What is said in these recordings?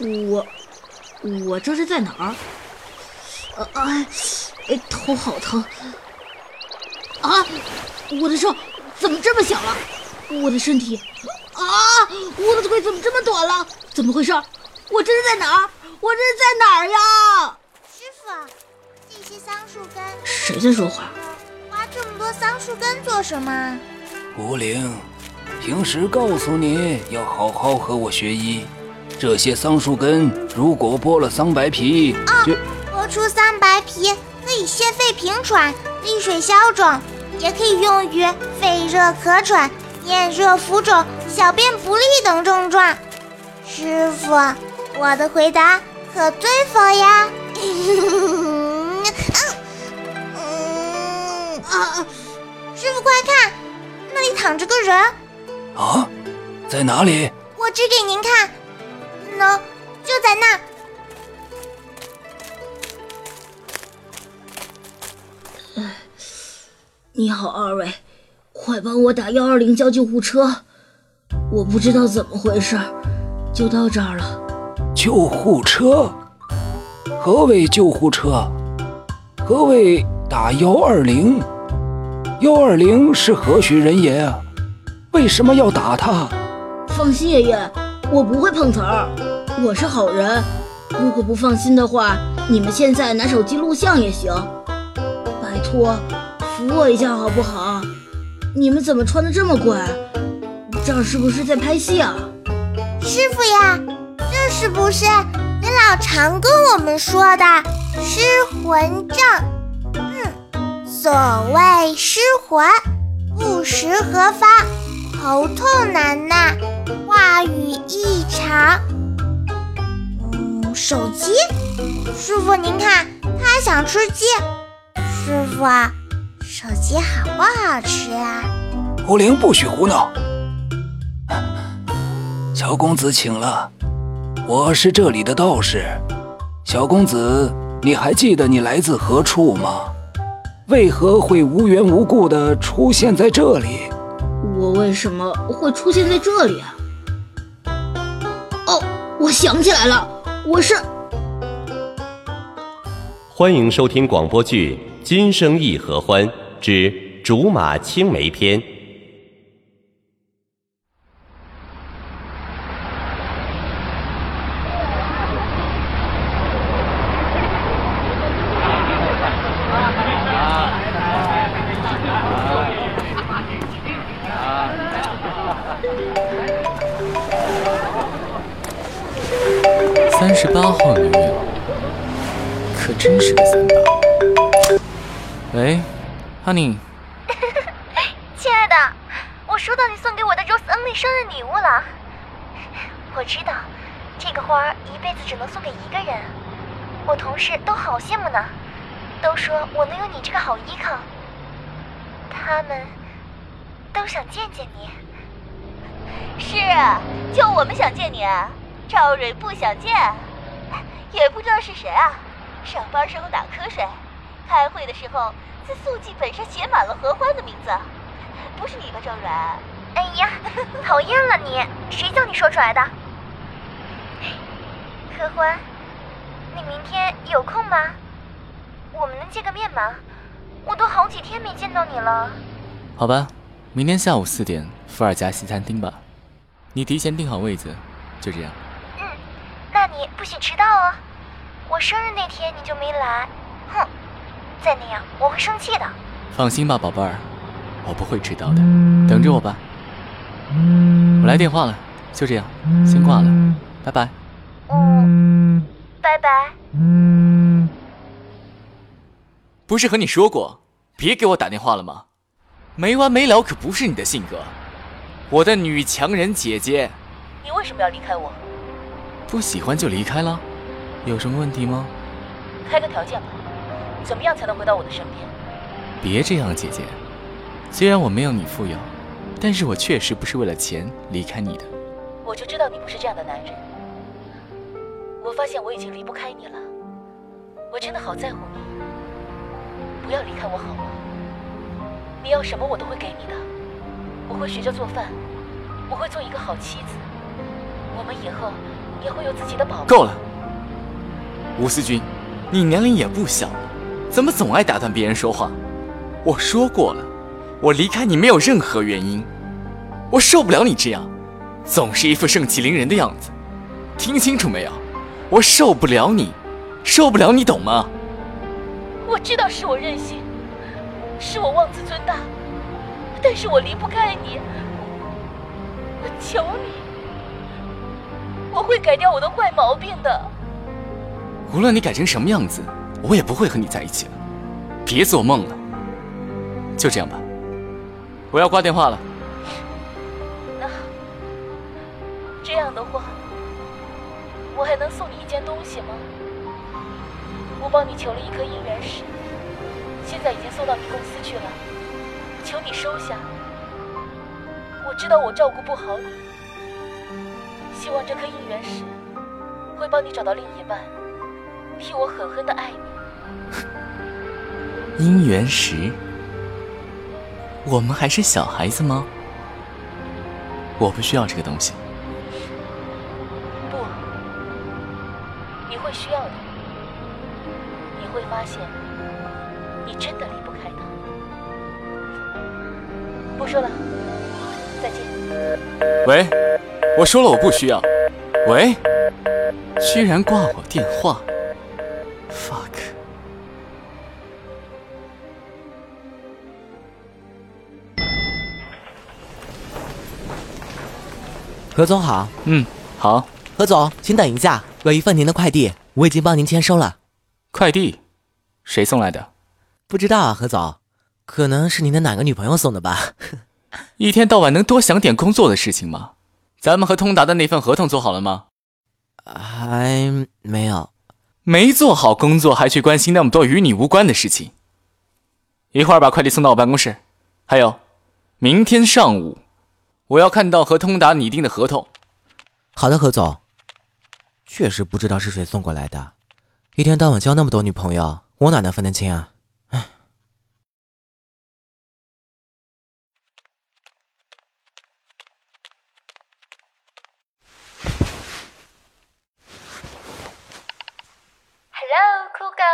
我这是在哪儿？头好疼啊！我的手怎么这么小了？我的身体啊，我的腿怎么这么短了？怎么回事？我这是在哪儿？我这是在哪儿呀？ 师傅，这些桑树根…… 谁在说话？ 挖这么多桑树根做什么？ 胡灵，平时告诉你要好好和我学医。这些桑树根如果剥了桑白皮， 剥出桑白皮可以泻肺平喘、利水消肿，也可以用于肺热咳喘、咽热浮肿、小便不利等症状。师傅，我的回答可对否呀？师傅快看，那里躺着个人。 啊，在哪里？ 我指给您看，喏，就在那。 你好，二位，快帮我打120叫救护车！我不知道怎么回事，就到这儿了。 救护车？何谓救护车？何谓打120？120是何许人也啊？为什么要打他？ 放心，爷爷，我不会碰瓷儿，我是好人。如果不放心的话，你们现在拿手机录像也行。拜托，扶我一下好不好？你们怎么穿得这么怪？这儿是不是在拍戏啊？ 师傅呀，这是不是您老常跟我们说的失魂症？所谓失魂，不识合发，头痛难耐，话语异常。手机？师傅您看，他想吃鸡。师傅啊，手机好不好吃啊？ 胡灵，不许胡闹！小公子请了，我是这里的道士。小公子，你还记得你来自何处吗？为何会无缘无故地出现在这里？ 我为什么会出现在这里啊？哦，我想起来了，我是…… 欢迎收听广播剧《今生亦合欢之竹马青梅篇》。 38号女友，可真是个38。喂 ，Honey。 亲爱的，我收到你送给我的 Rose Only 生日礼物了。我知道，这个花一辈子只能送给一个人。我同事都好羡慕呢，都说我能有你这个好依靠。他们都想见见你。 是啊，就我们想见你啊。赵蕊不想见，也不知道是谁啊。上班时候打瞌睡，开会的时候在速记本上写满了合欢的名字。不是你吧，赵蕊？ 哎呀，讨厌了你！谁叫你说出来的？合欢，你明天有空吗？我们能见个面吗？我都好几天没见到你了。 好吧，明天下午4点，伏尔加西餐厅吧。你提前订好位子，就这样。 那你不许迟到哦！我生日那天你就没来，哼！再那样我会生气的。 放心吧，宝贝儿，我不会迟到的，等着我吧。我来电话了，就这样，先挂了，拜拜。 拜拜。 不是和你说过，别给我打电话了吗？没完没了可不是你的性格，我的女强人姐姐。 你为什么要离开我？ 不喜欢就离开了，有什么问题吗？ 开个条件吧，怎么样才能回到我的身边？ 别这样，姐姐。虽然我没有你富有，但是我确实不是为了钱离开你的。 我就知道你不是这样的男人。我发现我已经离不开你了，我真的好在乎你。不要离开我好吗？你要什么我都会给你的。我会学着做饭，我会做一个好妻子。我们以后也会有自己的保护。 够了，吴思君，你年龄也不小了，怎么总爱打断别人说话？我说过了，我离开你没有任何原因，我受不了你这样，总是一副盛气凌人的样子。听清楚没有？我受不了你，受不了你，懂吗？ 我知道是我任性，是我妄自尊大，但是我离不开你。我求你，我会改掉我的坏毛病的。 无论你改成什么样子，我也不会和你在一起了。别做梦了。就这样吧，我要挂电话了。 那这样的话，我还能送你一件东西吗？我帮你求了一颗姻缘石，现在已经送到你公司去了，求你收下。我知道我照顾不好你，希望这颗姻缘石会帮你找到另一半，替我狠狠地爱你。 姻缘石？我们还是小孩子吗？我不需要这个东西。 不，你会需要的。你会发现，你真的离不开它。不说了，再见。 喂，我说了我不需要。喂，居然挂我电话 ，fuck。 何总好。 好。 何总，请等一下，有一份您的快递，我已经帮您签收了。 快递？谁送来的？ 不知道啊，何总，可能是您的哪个女朋友送的吧。 一天到晚能多想点工作的事情吗？咱们和通达的那份合同做好了吗？ 还没有。 没做好工作还去关心那么多与你无关的事情。一会儿把快递送到我办公室。还有，明天上午我要看到和通达拟定的合同。 好的，何总。确实不知道是谁送过来的，一天到晚交那么多女朋友，我哪能分得清啊？唉。 Hello， 酷狗。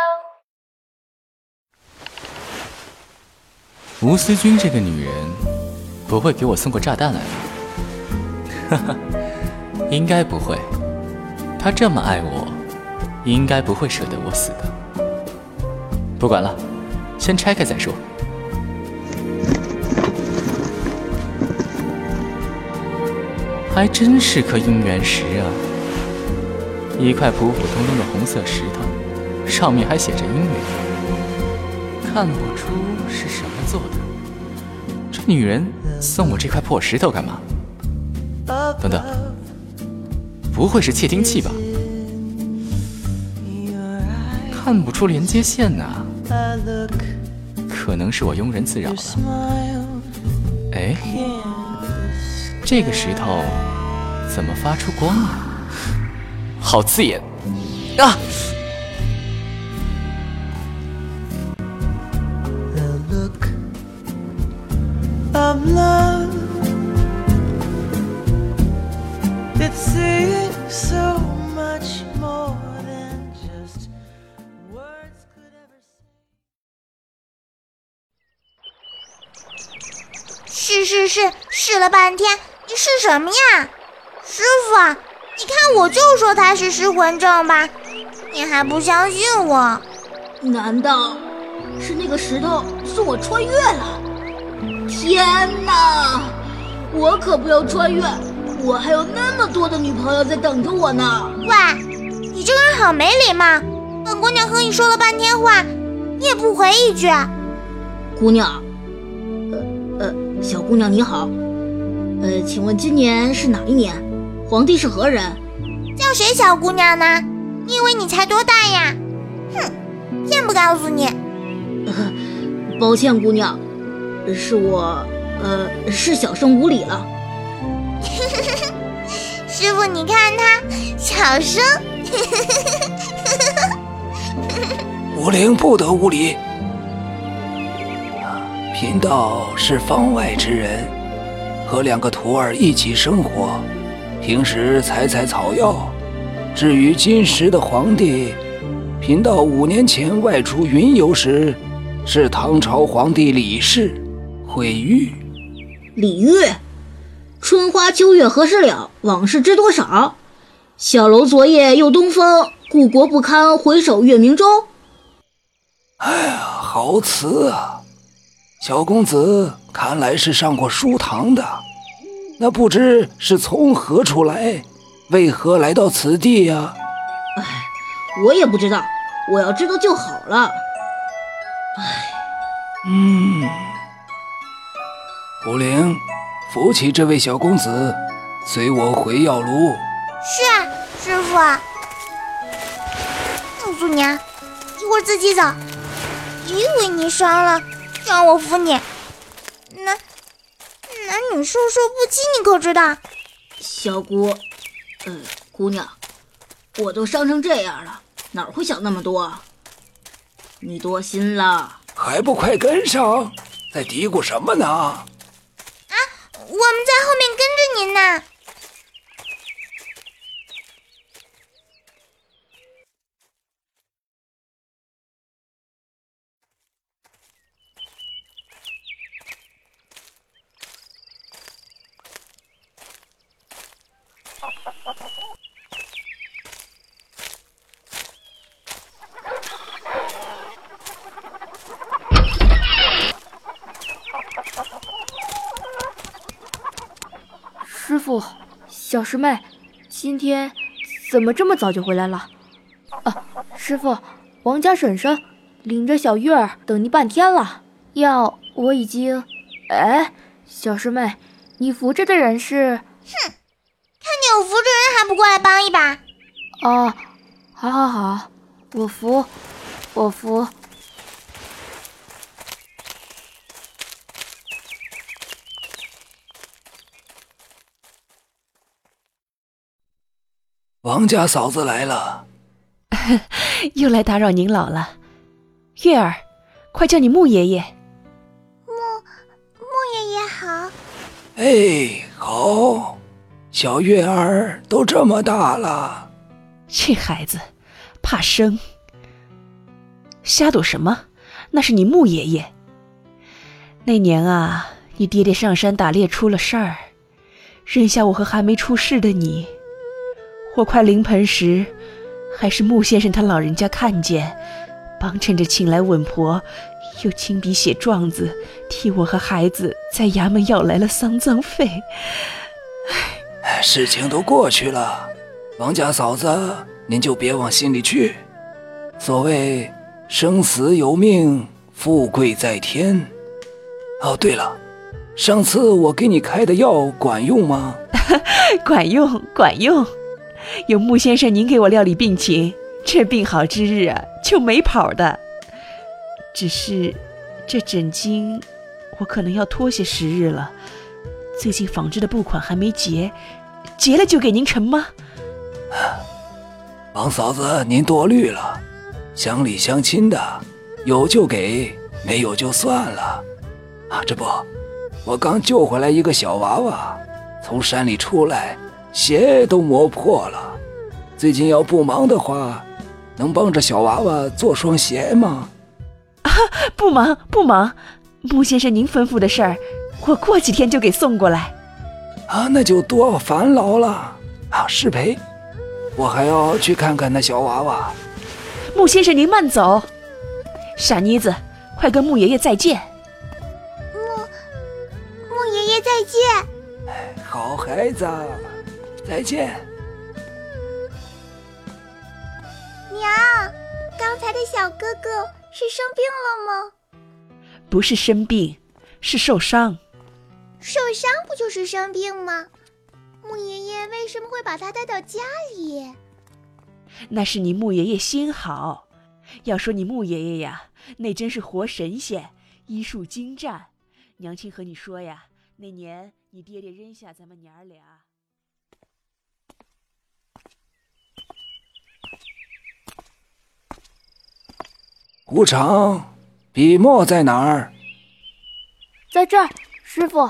吴思君这个女人，不会给我送过炸弹来吧？哈哈，应该不会。她这么爱我，应该不会舍得我死的。不管了，先拆开再说。还真是颗姻缘石啊！一块普普通通的红色石头，上面还写着姻缘，看不出是什么做的。这女人送我这块破石头干嘛？等等，不会是窃听器吧？看不出连接线啊，可能是我庸人自扰了。哎，这个石头怎么发出光啊？好刺眼啊试了半天，你试什么呀？师傅，你看我就说他是失魂症吧，你还不相信我？ 难道是那个石头送我穿越了？天哪，我可不要穿越，我还有那么多的女朋友在等着我呢。 喂，你这个人好没礼貌，本姑娘和你说了半天话，你也不回一句。 姑娘，小姑娘你好，请问今年是哪一年？皇帝是何人？ 叫谁小姑娘呢？你以为你才多大呀？哼，偏不告诉你。 抱歉姑娘，是我，是小生无礼了。 师傅你看他，小生。 武陵不得无礼。贫道是方外之人，和2个徒儿一起生活，平时采采草药， 至于金石的皇帝，贫道5年前外出云游时，是唐朝皇帝李氏，惠玉。 李煜，春花秋月何时了？往事知多少？小楼昨夜又东风，故国不堪回首月明中。 哎呀，好词啊！小公子看来是上过书堂的，那不知是从何处来，为何来到此地呀？ 我也不知道，我要知道就好了。 胡灵，扶起这位小公子，随我回药炉。 是啊，师傅。祖娘，一会儿自己走。以为你伤了，让我扶你。男女授受不亲，你可知道？ 小姑，姑娘，我都伤成这样了，哪会想那么多？你多心了。 还不快跟上？在嘀咕什么呢？ 我们在后面跟着您呢。 师傅，小师妹，今天怎么这么早就回来了？师傅，王家婶婶领着小月儿等你半天了，药我已经……小师妹，你扶着的人是…… 看见有扶着人还不过来帮一把？ 哦，好，我扶。 王家嫂子来了。 又来打扰您老了。月儿，快叫你穆爷爷。 穆爷爷好。 好，小月儿都这么大了。 这孩子怕生。瞎躲什么？那是你穆爷爷。那年啊，你爹爹上山打猎出了事儿，扔下我和还没出世的你。我快临盆时，还是穆先生他老人家看见，帮衬着请来稳婆，又亲笔写状子，替我和孩子在衙门要来了丧葬费。 事情都过去了，王家嫂子，您就别往心里去。所谓生死有命，富贵在天。哦，对了，上次我给你开的药管用吗？ 管用。有穆先生您给我料理病情，这病好之日啊，就没跑的。只是这诊金我可能要拖些时日了，最近纺织的布款还没结了就给您成吗？ 王嫂子您多虑了，乡里乡亲的，有就给，没有就算了。这不，我刚救回来一个小娃娃，从山里出来，鞋都磨破了。最近要不忙的话，能帮着小娃娃做双鞋吗？ 不忙，穆先生您吩咐的事儿，我过几天就给送过来。 那就多烦劳了。失陪，我还要去看看那小娃娃。 穆先生您慢走。傻妮子，快跟穆爷爷再见。 穆爷爷再见。 好孩子，再见。 娘，刚才的小哥哥是生病了吗？ 不是生病，是受伤。 受伤不就是生病吗？穆爷爷为什么会把他带到家里？ 那是你穆爷爷心好。要说你穆爷爷呀，那真是活神仙，医术精湛。娘亲和你说呀，那年你爹爹扔下咱们娘儿俩。 无常，笔墨在哪儿？ 在这儿，师傅。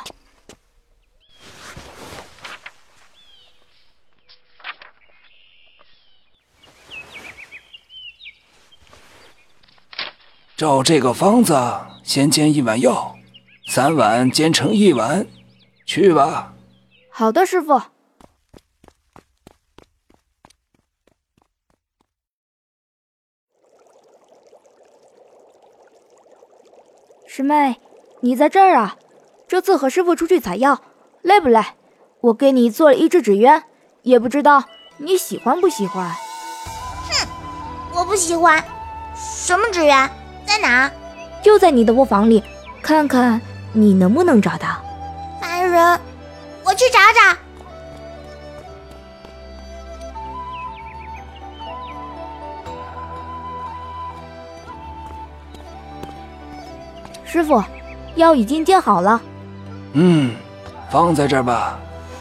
照这个方子，先煎1碗药，3碗煎成1碗，去吧。 好的，师傅。师妹，你在这儿啊？这次和师傅出去采药，累不累？我给你做了一支纸鸢，也不知道你喜欢不喜欢。 哼，我不喜欢。什么纸鸢？在哪？ 就在你的卧房里，看看你能不能找到。 烦人，我去找找。 师傅，药已经煎好了。 放在这儿吧。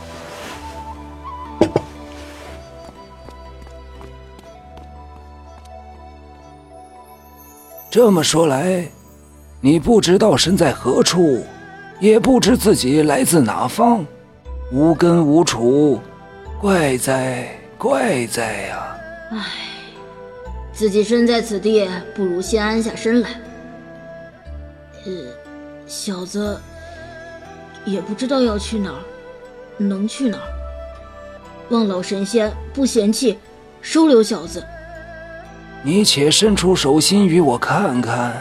这么说来，你不知道身在何处，也不知自己来自哪方，无根无处，怪哉呀！ 唉，自己身在此地，不如先安下身来。小子也不知道要去哪儿，能去哪儿？望老神仙不嫌弃，收留小子。 你且伸出手心与我看看。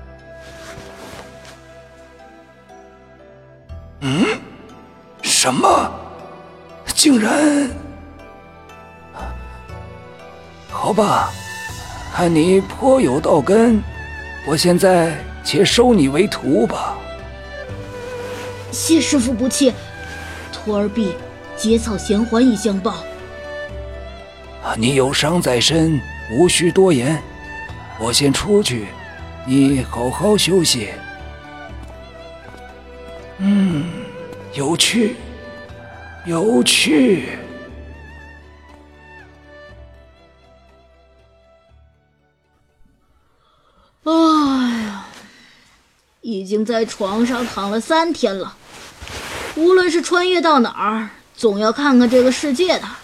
什么？竟然……好吧，看你颇有道根，我现在且收你为徒吧。 谢师傅不弃，徒儿必结草衔环以相报。 你有伤在身，无需多言，我先出去，你好好休息。有趣，有趣。 哎呀，已经在床上躺了3天了。无论是穿越到哪儿，总要看看这个世界的。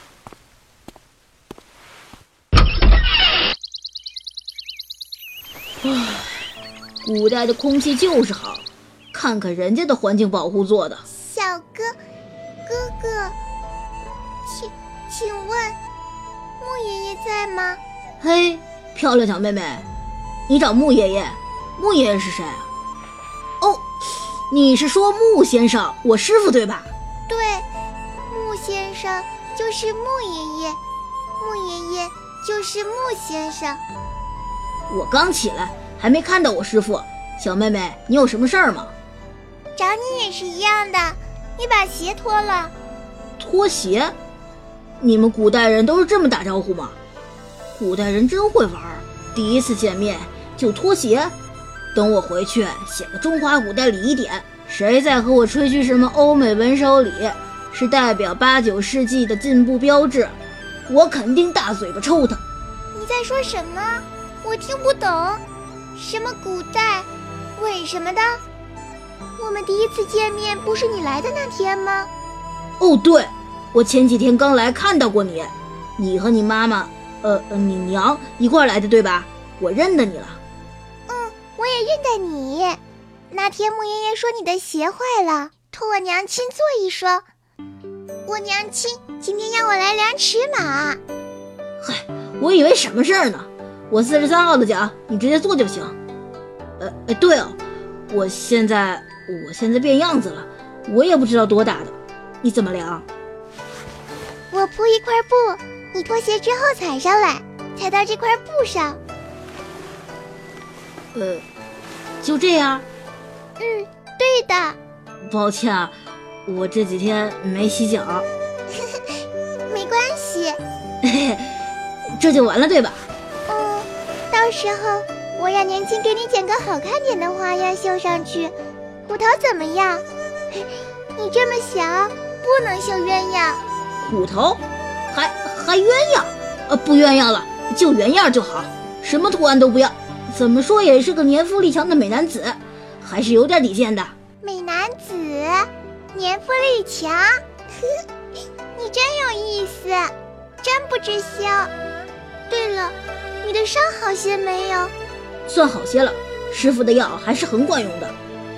古代的空气就是好，看看人家的环境保护做的。 小哥哥，请问木爷爷在吗？ 嘿，漂亮小妹妹，你找木爷爷？木爷爷是谁啊？哦，你是说木先生，我师傅对吧？ 对，木先生就是木爷爷，木爷爷就是木先生。 我刚起来，还没看到我师傅。小妹妹，你有什么事儿吗？ 找你也是一样的，你把鞋脱了。 脱鞋？你们古代人都是这么打招呼吗？古代人真会玩，第一次见面就脱鞋。等我回去写个中华古代礼仪典，谁再和我吹嘘什么欧美文手礼是代表8、9世纪的进步标志，我肯定大嘴巴抽他。 你在说什么？我听不懂。什么古代？为什么的？我们第一次见面不是你来的那天吗？ 哦，对，我前几天刚来看到过你，你和你妈妈，你娘一块来的对吧？我认得你了。 我也认得你。那天木爷爷说你的鞋坏了，托我娘亲做一双。我娘亲今天要我来量尺码。 嗨，我以为什么事儿呢？我43号的脚，你直接做就行。对哦，我现在变样子了，我也不知道多大的，你怎么量？ 我铺一块布，你脱鞋之后踩上来，踩到这块布上。 就这样？ 对的。 抱歉啊，我这几天没洗脚。 没关系。 这就完了对吧？ 到时候我让年轻给你剪个好看点的花样绣上去。骨头怎么样？你这么小，不能绣鸳鸯。 骨头？还鸳鸯？不鸳鸯了，就原样就好，什么图案都不要。怎么说也是个年富力强的美男子，还是有点底线的。 美男子，年富力强，你真有意思，真不知羞。对了，你的伤好些没有？ 算好些了， 师傅的药还是很管用的。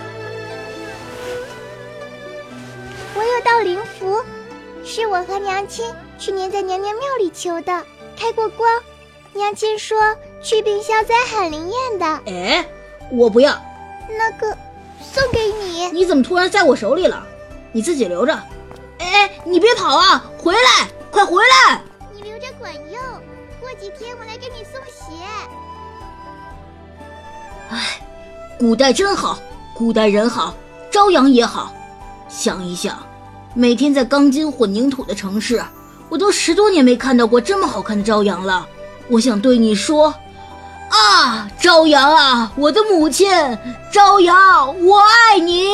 我有道灵符，是我和娘亲去年在娘娘庙里求的，开过光。娘亲说祛病消灾很灵验的。 哎，我不要。 那个，送给你。 你怎么突然在我手里了？你自己留着。哎，你别跑啊！回来，快回来！ 你留着管用，过几天我来给你送鞋。 哎，古代真好，古代人好，朝阳也好。想一想，每天在钢筋混凝土的城市，我都10多年没看到过这么好看的朝阳了。我想对你说，啊，朝阳啊，我的母亲，朝阳，我爱你。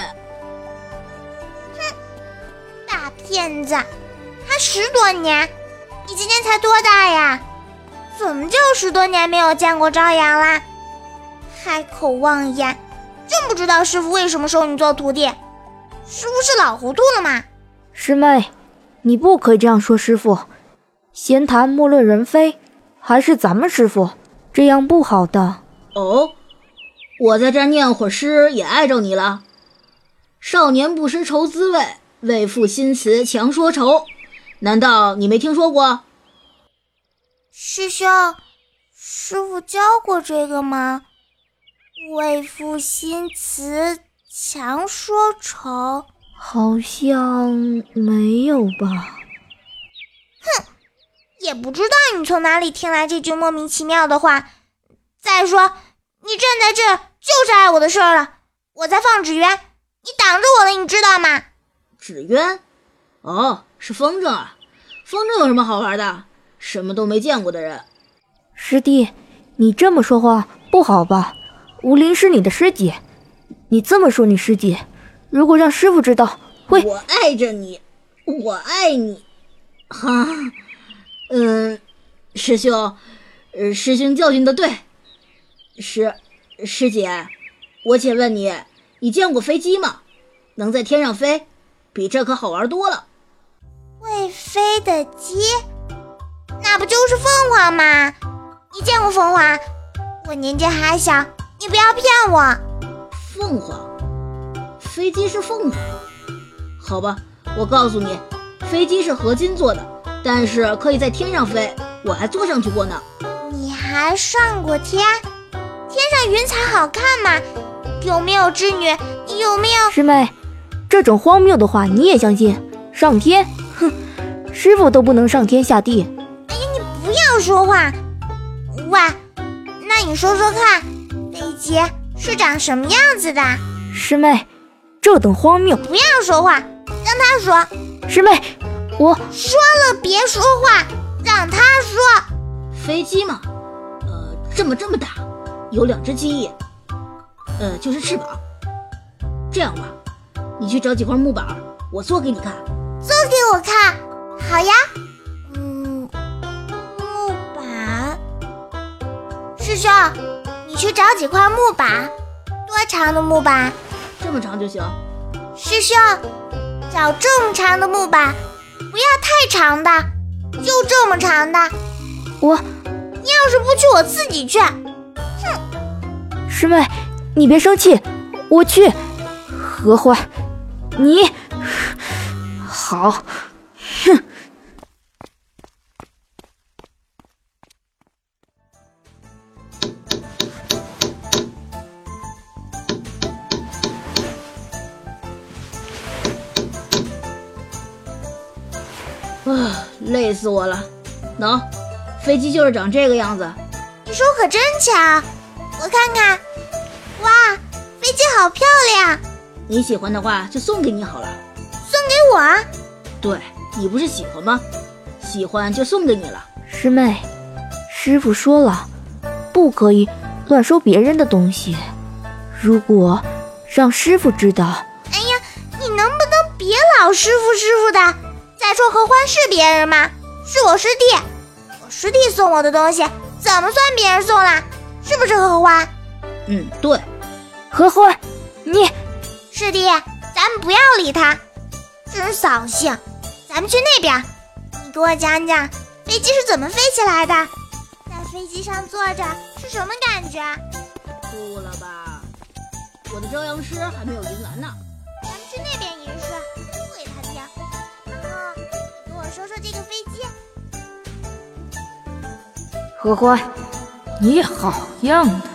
哼，大骗子，还10多年？你今年才多大呀？怎么就10多年没有见过朝阳啦？开口妄言，真不知道师傅为什么收你做徒弟。师傅是老糊涂了吗？ 师妹，你不可以这样说师傅，闲谈莫论人非，还是咱们师傅，这样不好的。 哦，我在这儿念会儿诗也碍着你了。少年不识愁滋味，为赋新词强说愁。难道你没听说过？ 师兄，师傅教过这个吗？为赋新词强说愁， 好像没有吧。 哼，也不知道你从哪里听来这句莫名其妙的话。再说，你站在这儿就是碍我的事儿了。我在放纸鸢，你挡着我了，你知道吗？ 纸鸢？哦，是风筝啊。风筝有什么好玩的？什么都没见过的人。 师弟，你这么说话不好吧？吴林是你的师姐，你这么说你师姐，如果让师傅知道会…… 我爱着你，我爱你。哈，师兄，师兄教训的对。师姐，我且问你，你见过飞机吗？能在天上飞，比这可好玩多了。 会飞的鸡，那不就是凤凰吗？你见过凤凰？我年纪还小，你不要骗我。 凤凰？飞机是凤凰？好吧，我告诉你，飞机是合金做的，但是可以在天上飞，我还坐上去过呢。 你还上过天？天上云彩好看吗？有没有织女？有没有？ 师妹，这种荒谬的话你也相信？上天？哼，师傅都不能上天下地。 哎呀，你不要说话。喂，那你说说看，飞机是长什么样子的？ 师妹，这等荒谬！ 不要说话，让他说。 师妹，我说了别说话，让他说。 飞机嘛，这么大，有2只机翼，就是翅膀。这样吧，你去找几块木板，我做给你看。 做给我看，好呀。木板。师兄，你去找几块木板，多长的木板？ 这么长就行。 师兄，找这么长的木板，不要太长的，就这么长的。你要是不去，我自己去。哼。 师妹，你别生气，我去。何欢，你好，哼。 累死我了。喏，飞机就是长这个样子。 你说可真巧，我看看。哇，飞机好漂亮。 你喜欢的话就送给你好了。 送给我？ 对，你不是喜欢吗？喜欢就送给你了。 师妹，师傅说了，不可以乱收别人的东西。如果让师傅知道…… 哎呀，你能不能别老师傅的？再说何欢是别人吗？是我师弟，我师弟送我的东西怎么算别人送啦？是不是何欢？ 对。 何欢，你师弟，咱们不要理他，真扫兴。咱们去那边，你给我讲讲飞机是怎么飞起来的，在飞机上坐着是什么感觉？ 吐了吧？我的朝阳师还没有赢完呢。 咱们去那边吟诗，不给他听。然后你跟我说说这个飞机。 合欢，你好样的！